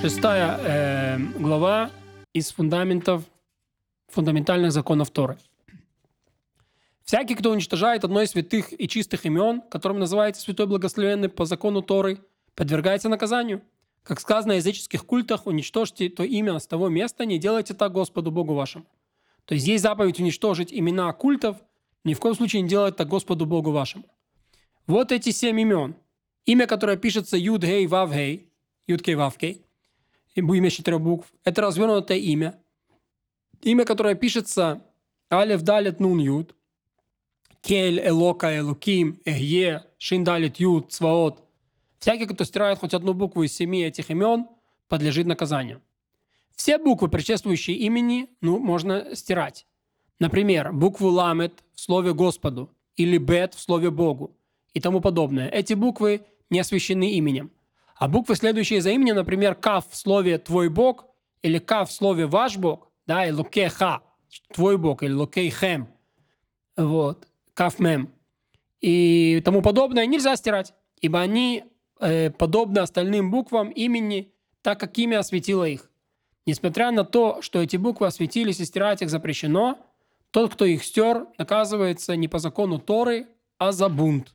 Шестая глава из фундаментальных законов Торы. Всякий, кто уничтожает одно из святых и чистых имен, которым называется Святой Благословенный по закону Торы, подвергается наказанию. Как сказано в языческих культах, уничтожьте то имя с того места, не делайте так Господу Богу вашему. То есть есть заповедь уничтожить имена культов, ни в коем случае не делать так Господу Богу вашему. Вот эти 7 имен. Имя, которое пишется Юд-Гей, Вав-Гей, Юд-Кей, Вав-Кей, имя 4 букв, это развернутое имя. Имя, которое пишется Алеф, Далет, Нун, Юд, Кель, Элока, Элуким, Эхье, Шин, Далет, Юд, Цваот. Всякий, кто стирает хоть одну букву из 7 этих имен, подлежит наказанию. Все буквы, предшествующие имени, можно стирать. Например, букву Ламет в слове Господу или Бет в слове Богу и тому подобное. Эти буквы не освящены именем. А буквы, следующие за именем, например, Кав в слове «Твой Бог» или Кав в слове «Ваш Бог», да, и Лукеха, «Твой Бог» или Лукейхем, вот, Кав Мем и тому подобное, нельзя стирать, ибо они подобны остальным буквам имени, так как имя осветило их. Несмотря на то, что эти буквы осветились и стирать их запрещено, тот, кто их стер, наказывается не по закону Торы, а за бунт.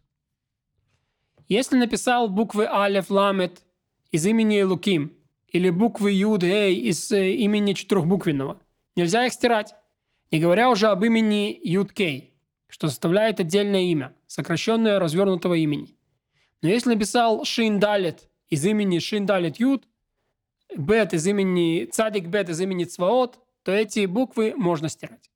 Если написал буквы Алеф, Ламет из имени Элуким или буквы Юд, Гей из имени четырехбуквенного, нельзя их стирать, не говоря уже об имени Юд, Кей, что составляет отдельное имя, сокращенное развернутого имени. Но если написал Шин, Далет из имени Шин, Далет, Юд, Бет из имени Цадик, Бет из имени Цваот, то эти буквы можно стирать.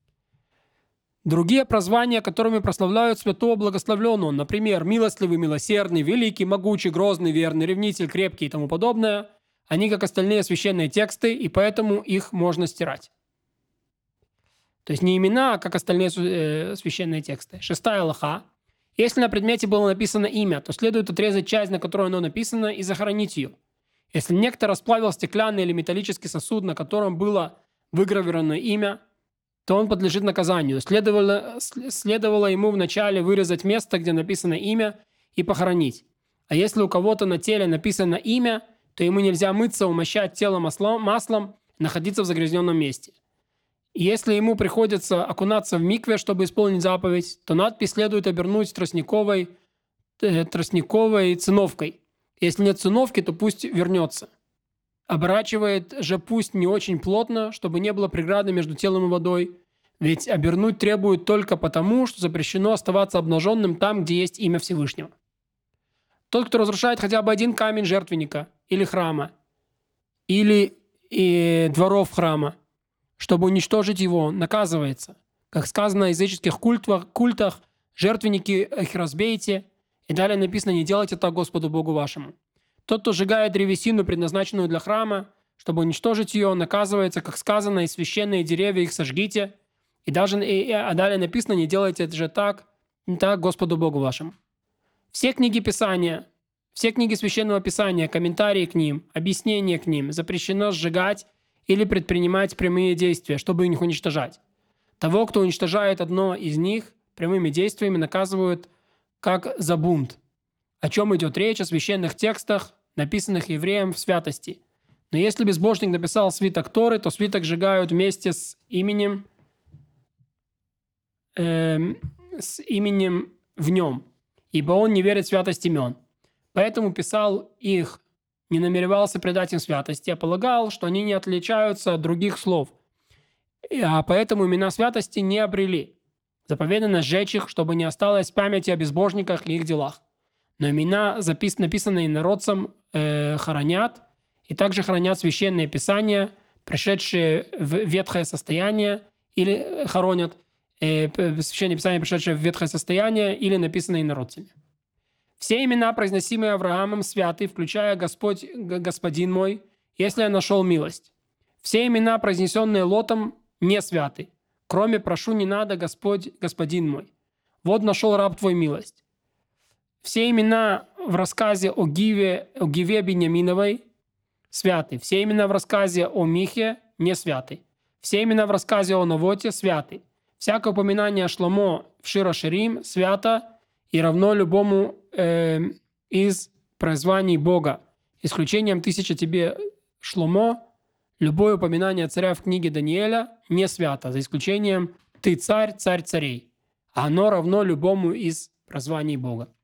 Другие прозвания, которыми прославляют святого благословленного, например, милостливый, милосердный, великий, могучий, грозный, верный, ревнитель, крепкий и тому подобное, они, как остальные священные тексты, и поэтому их можно стирать. То есть не имена, а как остальные священные тексты. Шестая алаха. Если на предмете было написано имя, то следует отрезать часть, на которой оно написано, и захоронить ее. Если некто расплавил стеклянный или металлический сосуд, на котором было выгравировано имя, то он подлежит наказанию. Следовало ему вначале вырезать место, где написано имя, и похоронить. А если у кого-то на теле написано имя, то ему нельзя мыться, умощать тело маслом, находиться в загрязненном месте. И если ему приходится окунаться в микве, чтобы исполнить заповедь, то надпись следует обернуть тростниковой циновкой. Если нет циновки, то пусть вернется. Оборачивает же пусть не очень плотно, чтобы не было преграды между телом и водой, ведь обернуть требует только потому, что запрещено оставаться обнаженным там, где есть имя Всевышнего. Тот, кто разрушает хотя бы один камень жертвенника или храма, или дворов храма, чтобы уничтожить его, наказывается. Как сказано в языческих культах, жертвенники их разбейте, и далее написано: не делайте так Господу Богу вашему. Тот, кто сжигает древесину, предназначенную для храма, чтобы уничтожить ее, наказывается, как сказано, и священные деревья их сожгите. А далее написано: не делайте это же так Господу Богу вашему. Все книги Писания, все книги Священного Писания, комментарии к ним, объяснения к ним запрещено сжигать или предпринимать прямые действия, чтобы их уничтожать. Того, кто уничтожает одно из них, прямыми действиями наказывают как за бунт. О чем идет речь? О священных текстах, написанных евреям в святости. Но если безбожник написал свиток Торы, то свиток сжигают вместе с именем в нем, ибо он не верит в святость имен. Поэтому писал их, не намеревался придать им святости, а полагал, что они не отличаются от других слов, а поэтому имена святости не обрели. Заповедано сжечь их, чтобы не осталось памяти о безбожниках и их делах. Но имена, написанные инородцам, хранят, и также хранят священные писания, пришедшие в ветхое состояние, или хоронят священные писания, пришедшие в ветхое состояние, или написанные инородцами. Все имена, произносимые Авраамом, святы, включая Господь, Господин мой, если я нашел милость. Все имена, произнесенные Лотом, не святы, кроме «прошу, не надо, Господь, Господин мой». Вот нашел раб твой милость. Все имена в рассказе о Гиве Беньяминовой святы. Все имена в рассказе о Михе не святы. Все имена в рассказе о Навоте святы. Всякое упоминание о Шломо в Шир-Аширим свято и равно любому из прозваний Бога, исключением 1000 тебе Шломо, любое упоминание царя в книге Даниэля не свято, за исключением «ты царь, царь царей». Оно равно любому из прозваний Бога.